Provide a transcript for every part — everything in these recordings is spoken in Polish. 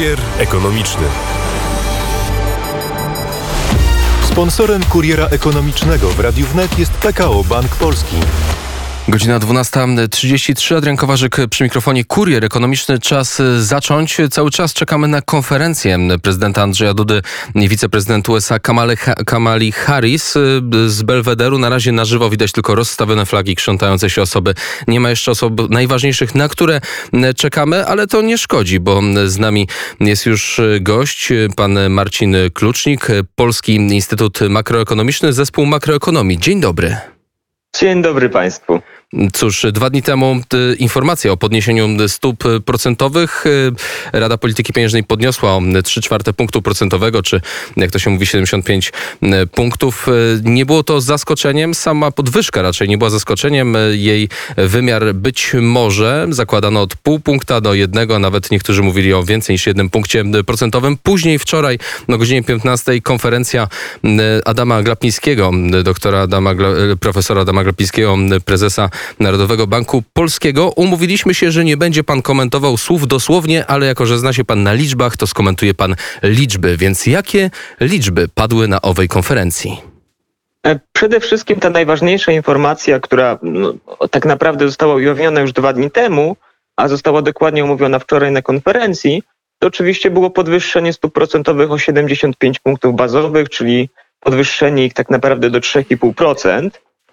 Kurier ekonomiczny. Sponsorem Kuriera Ekonomicznego w Radiu Wnet jest PKO Bank Polski. Godzina 12:33. Adrian Kowarzyk przy mikrofonie. Kurier Ekonomiczny. Czas zacząć. Cały czas czekamy na konferencję prezydenta Andrzeja Dudy i wiceprezydent USA Kamali Harris z Belwederu. Na razie na żywo widać tylko rozstawione flagi, krzątające się osoby. Nie ma jeszcze osób najważniejszych, na które czekamy, ale to nie szkodzi, bo z nami jest już gość, pan Marcin Klucznik, Polski Instytut Makroekonomiczny, Zespół Makroekonomii. Dzień dobry. Dzień dobry Państwu. Cóż, 2 dni temu informacja o podniesieniu stóp procentowych. Rada Polityki Pieniężnej podniosła o 3/4 punktu procentowego, czy jak to się mówi 75 punktów. Nie było to zaskoczeniem, sama podwyżka raczej nie była zaskoczeniem. Jej wymiar być może zakładano od 0,5 punkta do 1, a nawet niektórzy mówili o więcej niż 1 punkcie procentowym. Później wczoraj o godzinie 15 konferencja Adama Glapińskiego, profesora Adama Glapińskiego, prezesa Narodowego Banku Polskiego. Umówiliśmy się, że nie będzie pan komentował słów dosłownie, ale jako że zna się pan na liczbach, to skomentuje pan liczby. Więc jakie liczby padły na owej konferencji? Przede wszystkim ta najważniejsza informacja, która tak naprawdę została ujawniona już 2 dni temu, a została dokładnie omówiona wczoraj na konferencji, to oczywiście było podwyższenie stóp procentowych o 75 punktów bazowych, czyli podwyższenie ich tak naprawdę do 3,5%.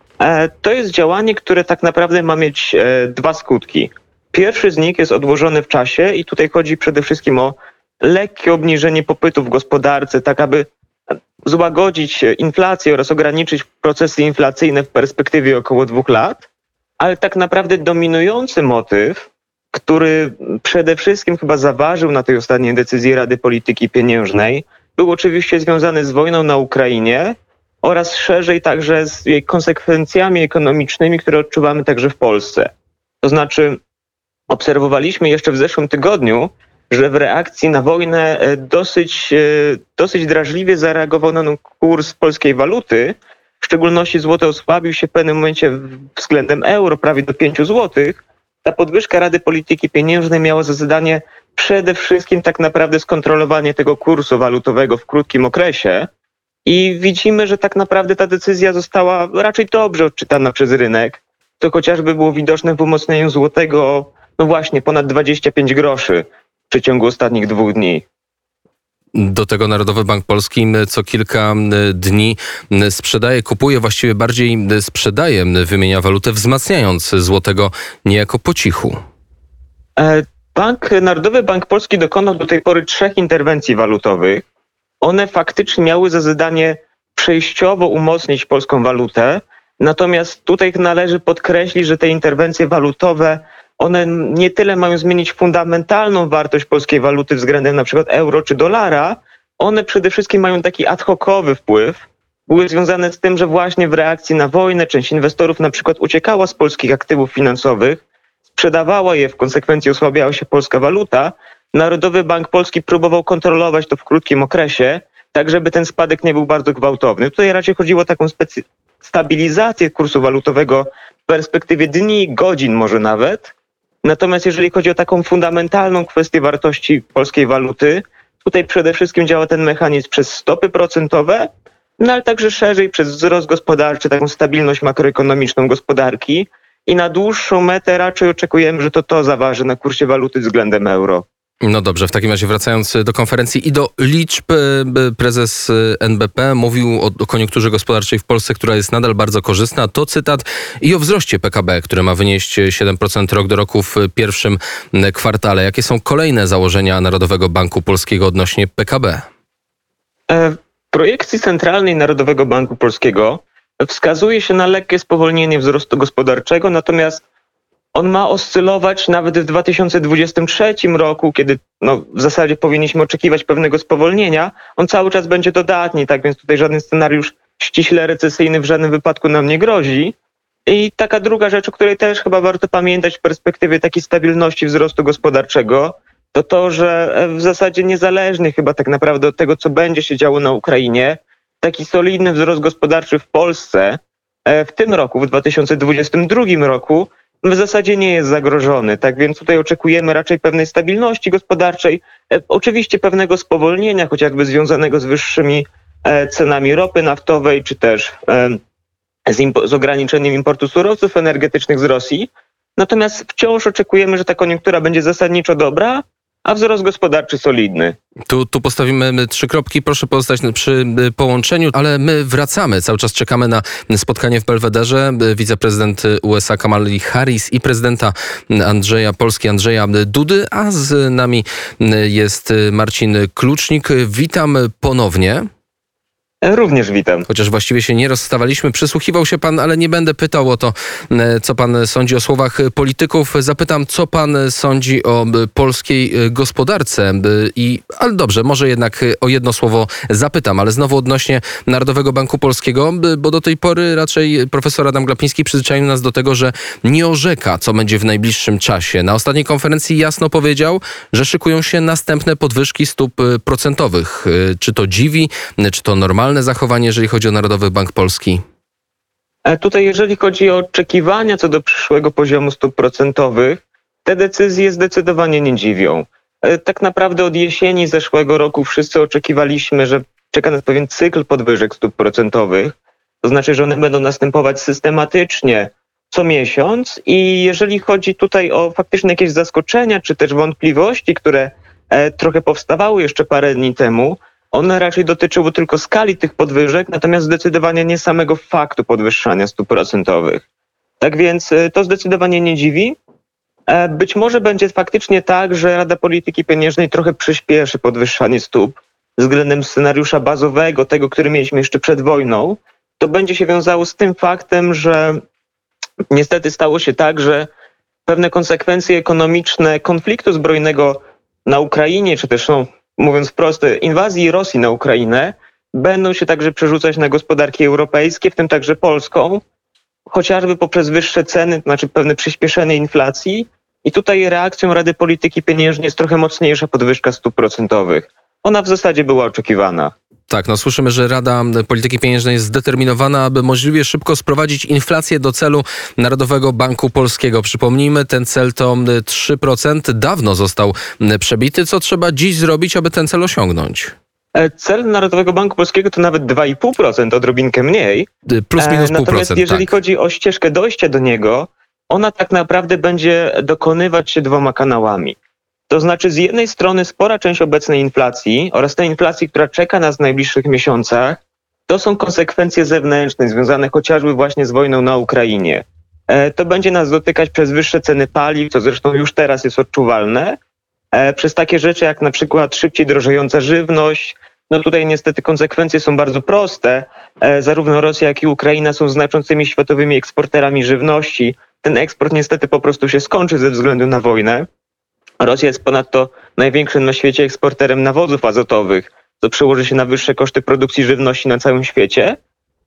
To jest działanie, które tak naprawdę ma mieć 2 skutki. Pierwszy z nich jest odłożony w czasie i tutaj chodzi przede wszystkim o lekkie obniżenie popytu w gospodarce, tak aby złagodzić inflację oraz ograniczyć procesy inflacyjne w perspektywie około 2 lat. Ale tak naprawdę dominujący motyw, który przede wszystkim chyba zaważył na tej ostatniej decyzji Rady Polityki Pieniężnej, był oczywiście związany z wojną na Ukrainie oraz szerzej także z jej konsekwencjami ekonomicznymi, które odczuwamy także w Polsce. To znaczy obserwowaliśmy jeszcze w zeszłym tygodniu, że w reakcji na wojnę dosyć drażliwie zareagował na kurs polskiej waluty. W szczególności złoty osłabił się w pewnym momencie względem euro prawie do 5 zł. Ta podwyżka Rady Polityki Pieniężnej miała za zadanie przede wszystkim tak naprawdę skontrolowanie tego kursu walutowego w krótkim okresie. I widzimy, że tak naprawdę ta decyzja została raczej dobrze odczytana przez rynek. To chociażby było widoczne w umocnieniu złotego, właśnie ponad 25 groszy w przeciągu ostatnich 2 dni. Do tego Narodowy Bank Polski co kilka dni kupuje, właściwie bardziej sprzedaje, wymienia walutę, wzmacniając złotego niejako po cichu. Narodowy Bank Polski dokonał do tej pory 3 interwencji walutowych. One faktycznie miały za zadanie przejściowo umocnić polską walutę, natomiast tutaj należy podkreślić, że te interwencje walutowe, one nie tyle mają zmienić fundamentalną wartość polskiej waluty względem na przykład euro czy dolara, one przede wszystkim mają taki ad hocowy wpływ. Były związane z tym, że właśnie w reakcji na wojnę część inwestorów na przykład uciekała z polskich aktywów finansowych, sprzedawała je, w konsekwencji osłabiała się polska waluta. Narodowy Bank Polski próbował kontrolować to w krótkim okresie, tak żeby ten spadek nie był bardzo gwałtowny. Tutaj raczej chodziło o taką stabilizację kursu walutowego w perspektywie dni, godzin może nawet. Natomiast jeżeli chodzi o taką fundamentalną kwestię wartości polskiej waluty, tutaj przede wszystkim działa ten mechanizm przez stopy procentowe, ale także szerzej przez wzrost gospodarczy, taką stabilność makroekonomiczną gospodarki i na dłuższą metę raczej oczekujemy, że to zaważy na kursie waluty względem euro. No dobrze, w takim razie wracając do konferencji i do liczb, prezes NBP mówił o koniunkturze gospodarczej w Polsce, która jest nadal bardzo korzystna. To cytat i o wzroście PKB, które ma wynieść 7% rok do roku w pierwszym kwartale. Jakie są kolejne założenia Narodowego Banku Polskiego odnośnie PKB? W projekcji centralnej Narodowego Banku Polskiego wskazuje się na lekkie spowolnienie wzrostu gospodarczego, natomiast on ma oscylować nawet w 2023 roku, kiedy w zasadzie powinniśmy oczekiwać pewnego spowolnienia. On cały czas będzie dodatni, tak więc tutaj żaden scenariusz ściśle recesyjny w żadnym wypadku nam nie grozi. I taka druga rzecz, o której też chyba warto pamiętać w perspektywie takiej stabilności wzrostu gospodarczego, to, że w zasadzie niezależnie chyba tak naprawdę od tego, co będzie się działo na Ukrainie, taki solidny wzrost gospodarczy w Polsce w tym roku, w 2022 roku, w zasadzie nie jest zagrożony. Tak więc tutaj oczekujemy raczej pewnej stabilności gospodarczej, oczywiście pewnego spowolnienia, chociażby związanego z wyższymi cenami ropy naftowej, czy też z ograniczeniem importu surowców energetycznych z Rosji. Natomiast wciąż oczekujemy, że ta koniunktura będzie zasadniczo dobra, a wzrost gospodarczy solidny. Tu postawimy 3 kropki, proszę pozostać przy połączeniu, ale my wracamy. Cały czas czekamy na spotkanie w Belwederze. Wiceprezydent USA Kamala Harris i prezydenta Polski Andrzeja Dudy, a z nami jest Marcin Klucznik. Witam ponownie. Również witam. Chociaż właściwie się nie rozstawaliśmy. Przysłuchiwał się pan, ale nie będę pytał o to, co pan sądzi o słowach polityków. Zapytam, co pan sądzi o polskiej gospodarce. Ale dobrze, może jednak o jedno słowo zapytam, ale znowu odnośnie Narodowego Banku Polskiego, bo do tej pory raczej profesor Adam Glapiński przyzwyczaił nas do tego, że nie orzeka, co będzie w najbliższym czasie. Na ostatniej konferencji jasno powiedział, że szykują się następne podwyżki stóp procentowych. Czy to dziwi, czy to normalne zachowanie, jeżeli chodzi o Narodowy Bank Polski? Tutaj, jeżeli chodzi o oczekiwania co do przyszłego poziomu stóp procentowych, te decyzje zdecydowanie nie dziwią. Tak naprawdę od jesieni zeszłego roku wszyscy oczekiwaliśmy, że czeka nas pewien cykl podwyżek stóp procentowych. To znaczy, że one będą następować systematycznie co miesiąc i jeżeli chodzi tutaj o faktycznie jakieś zaskoczenia czy też wątpliwości, które trochę powstawały jeszcze parę dni temu, one raczej dotyczyły tylko skali tych podwyżek, natomiast zdecydowanie nie samego faktu podwyższania stóp procentowych. Tak więc to zdecydowanie nie dziwi. Być może będzie faktycznie tak, że Rada Polityki Pieniężnej trochę przyspieszy podwyższanie stóp względem scenariusza bazowego, tego, który mieliśmy jeszcze przed wojną. To będzie się wiązało z tym faktem, że niestety stało się tak, że pewne konsekwencje ekonomiczne konfliktu zbrojnego na Ukrainie, czy też mówiąc wprost, inwazji Rosji na Ukrainę będą się także przerzucać na gospodarki europejskie, w tym także polską, chociażby poprzez wyższe ceny, to znaczy pewne przyspieszenie inflacji. I tutaj reakcją Rady Polityki Pieniężnej jest trochę mocniejsza podwyżka stóp procentowych. Ona w zasadzie była oczekiwana. Tak, słyszymy, że Rada Polityki Pieniężnej jest zdeterminowana, aby możliwie szybko sprowadzić inflację do celu Narodowego Banku Polskiego. Przypomnijmy, ten cel to 3%. Dawno został przebity. Co trzeba dziś zrobić, aby ten cel osiągnąć? Cel Narodowego Banku Polskiego to nawet 2,5%, odrobinkę mniej. Plus minus 0,5%. Natomiast jeżeli chodzi o ścieżkę dojścia do niego, ona tak naprawdę będzie dokonywać się 2 kanałami. To znaczy z jednej strony spora część obecnej inflacji oraz tej inflacji, która czeka nas w najbliższych miesiącach, to są konsekwencje zewnętrzne związane chociażby właśnie z wojną na Ukrainie. To będzie nas dotykać przez wyższe ceny paliw, co zresztą już teraz jest odczuwalne, przez takie rzeczy jak na przykład szybciej drożejąca żywność. Tutaj niestety konsekwencje są bardzo proste. Zarówno Rosja, jak i Ukraina są znaczącymi światowymi eksporterami żywności. Ten eksport niestety po prostu się skończy ze względu na wojnę. Rosja jest ponadto największym na świecie eksporterem nawozów azotowych, co przełoży się na wyższe koszty produkcji żywności na całym świecie.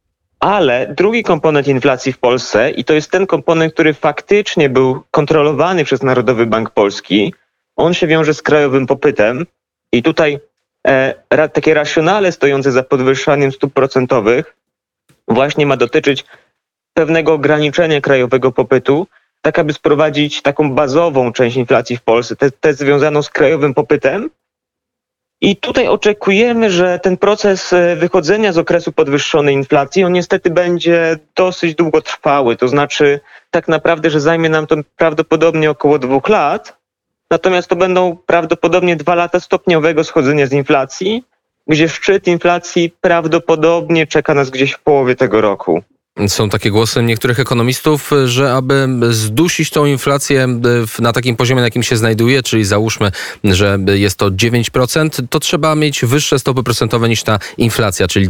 Ale drugi komponent inflacji w Polsce, i to jest ten komponent, który faktycznie był kontrolowany przez Narodowy Bank Polski, on się wiąże z krajowym popytem i tutaj takie racjonale stojące za podwyższaniem stóp procentowych właśnie ma dotyczyć pewnego ograniczenia krajowego popytu, tak aby sprowadzić taką bazową część inflacji w Polsce, tę związaną z krajowym popytem. I tutaj oczekujemy, że ten proces wychodzenia z okresu podwyższonej inflacji, on niestety będzie dosyć długotrwały. To znaczy tak naprawdę, że zajmie nam to prawdopodobnie około 2 lat. Natomiast to będą prawdopodobnie 2 lata stopniowego schodzenia z inflacji, gdzie szczyt inflacji prawdopodobnie czeka nas gdzieś w połowie tego roku. Są takie głosy niektórych ekonomistów, że aby zdusić tą inflację na takim poziomie, na jakim się znajduje, czyli załóżmy, że jest to 9%, to trzeba mieć wyższe stopy procentowe niż ta inflacja, czyli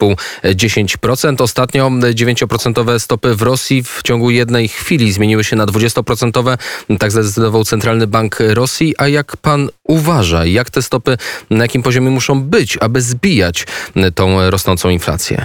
9,5-10%. Ostatnio 9% stopy w Rosji w ciągu jednej chwili zmieniły się na 20%. Tak zdecydował Centralny Bank Rosji. A jak pan uważa, jak te stopy, na jakim poziomie muszą być, aby zbijać tą rosnącą inflację?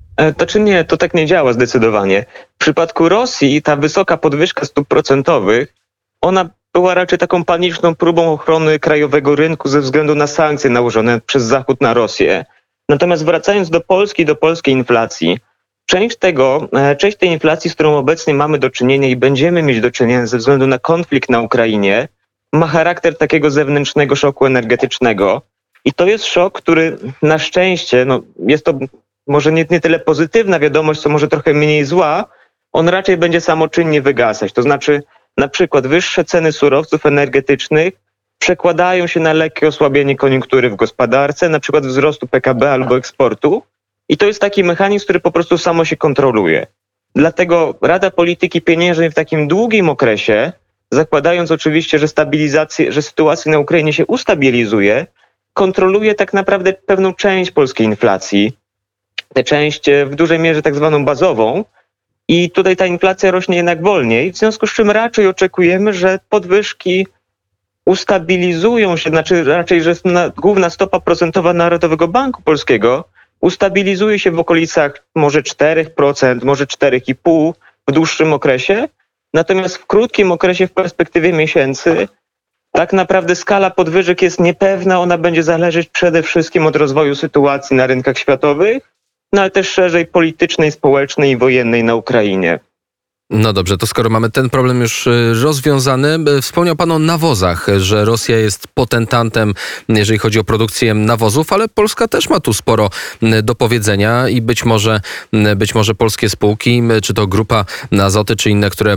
To tak nie działa zdecydowanie. W przypadku Rosji ta wysoka podwyżka stóp procentowych, ona była raczej taką paniczną próbą ochrony krajowego rynku ze względu na sankcje nałożone przez Zachód na Rosję. Natomiast wracając do polskiej inflacji, w część tej inflacji, z którą obecnie mamy do czynienia i będziemy mieć do czynienia ze względu na konflikt na Ukrainie, ma charakter takiego zewnętrznego szoku energetycznego. I to jest szok, który na szczęście, jest to może nie tyle pozytywna wiadomość, co może trochę mniej zła, on raczej będzie samoczynnie wygasać. To znaczy na przykład wyższe ceny surowców energetycznych przekładają się na lekkie osłabienie koniunktury w gospodarce, na przykład wzrostu PKB albo eksportu. I to jest taki mechanizm, który po prostu samo się kontroluje. Dlatego Rada Polityki Pieniężnej w takim długim okresie, zakładając oczywiście, że sytuacja na Ukrainie się ustabilizuje, kontroluje tak naprawdę pewną część polskiej inflacji, tę część w dużej mierze tak zwaną bazową. I tutaj ta inflacja rośnie jednak wolniej, w związku z czym raczej oczekujemy, że podwyżki ustabilizują się, znaczy raczej, że główna stopa procentowa Narodowego Banku Polskiego ustabilizuje się w okolicach może 4%, może 4,5% w dłuższym okresie. Natomiast w krótkim okresie, w perspektywie miesięcy, tak naprawdę skala podwyżek jest niepewna. Ona będzie zależeć przede wszystkim od rozwoju sytuacji na rynkach światowych, ale też szerzej politycznej, społecznej i wojennej na Ukrainie. No dobrze, to skoro mamy ten problem już rozwiązany, wspomniał pan o nawozach, że Rosja jest potentantem, jeżeli chodzi o produkcję nawozów, ale Polska też ma tu sporo do powiedzenia i być może polskie spółki, czy to Grupa Azoty, czy inne, które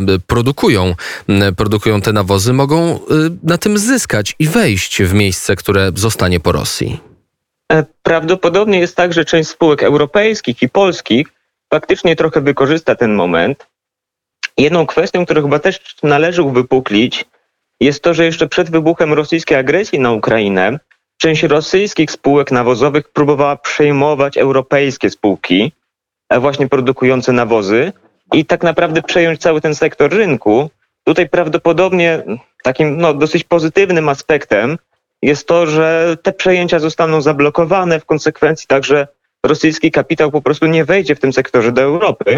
produkują te nawozy, mogą na tym zyskać i wejść w miejsce, które zostanie po Rosji. Prawdopodobnie jest tak, że część spółek europejskich i polskich faktycznie trochę wykorzysta ten moment. Jedną kwestią, którą chyba też należy uwypuklić, jest to, że jeszcze przed wybuchem rosyjskiej agresji na Ukrainę część rosyjskich spółek nawozowych próbowała przejmować europejskie spółki właśnie produkujące nawozy i tak naprawdę przejąć cały ten sektor rynku. Tutaj prawdopodobnie takim dosyć pozytywnym aspektem jest to, że te przejęcia zostaną zablokowane, w konsekwencji także rosyjski kapitał po prostu nie wejdzie w tym sektorze do Europy.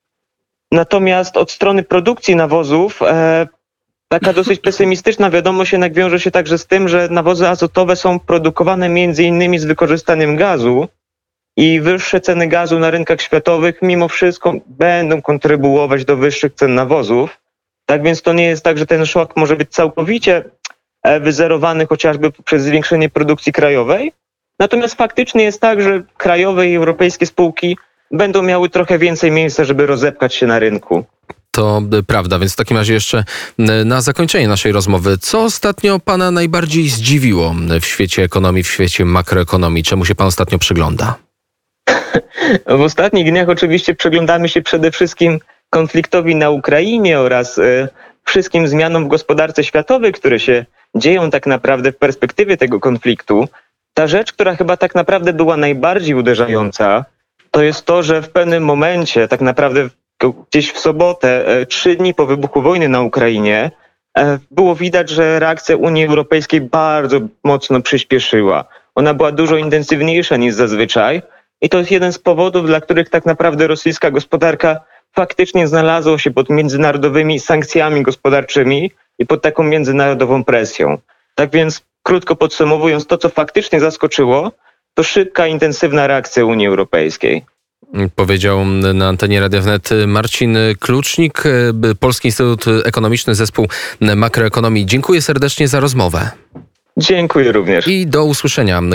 Natomiast od strony produkcji nawozów taka dosyć pesymistyczna wiadomość jednak wiąże się także z tym, że nawozy azotowe są produkowane między innymi z wykorzystaniem gazu i wyższe ceny gazu na rynkach światowych mimo wszystko będą kontrybuować do wyższych cen nawozów. Tak więc to nie jest tak, że ten szok może być całkowicie wyzerowany chociażby przez zwiększenie produkcji krajowej. Natomiast faktycznie jest tak, że krajowe i europejskie spółki będą miały trochę więcej miejsca, żeby rozepchać się na rynku. To prawda, więc w takim razie jeszcze na zakończenie naszej rozmowy. Co ostatnio pana najbardziej zdziwiło w świecie ekonomii, w świecie makroekonomii? Czemu się pan ostatnio przygląda? W ostatnich dniach oczywiście przyglądamy się przede wszystkim konfliktowi na Ukrainie oraz wszystkim zmianom w gospodarce światowej, które się dzieją tak naprawdę w perspektywie tego konfliktu. Ta rzecz, która chyba tak naprawdę była najbardziej uderzająca, to jest to, że w pewnym momencie, tak naprawdę gdzieś w sobotę, 3 dni po wybuchu wojny na Ukrainie, było widać, że reakcja Unii Europejskiej bardzo mocno przyspieszyła. Ona była dużo intensywniejsza niż zazwyczaj i to jest jeden z powodów, dla których tak naprawdę rosyjska gospodarka faktycznie znalazła się pod międzynarodowymi sankcjami gospodarczymi i pod taką międzynarodową presją. Tak więc, krótko podsumowując, to co faktycznie zaskoczyło, to szybka, intensywna reakcja Unii Europejskiej. Powiedział na antenie Radia Wnet Marcin Klucznik, Polski Instytut Ekonomiczny, Zespół Makroekonomii. Dziękuję serdecznie za rozmowę. Dziękuję również. I do usłyszenia.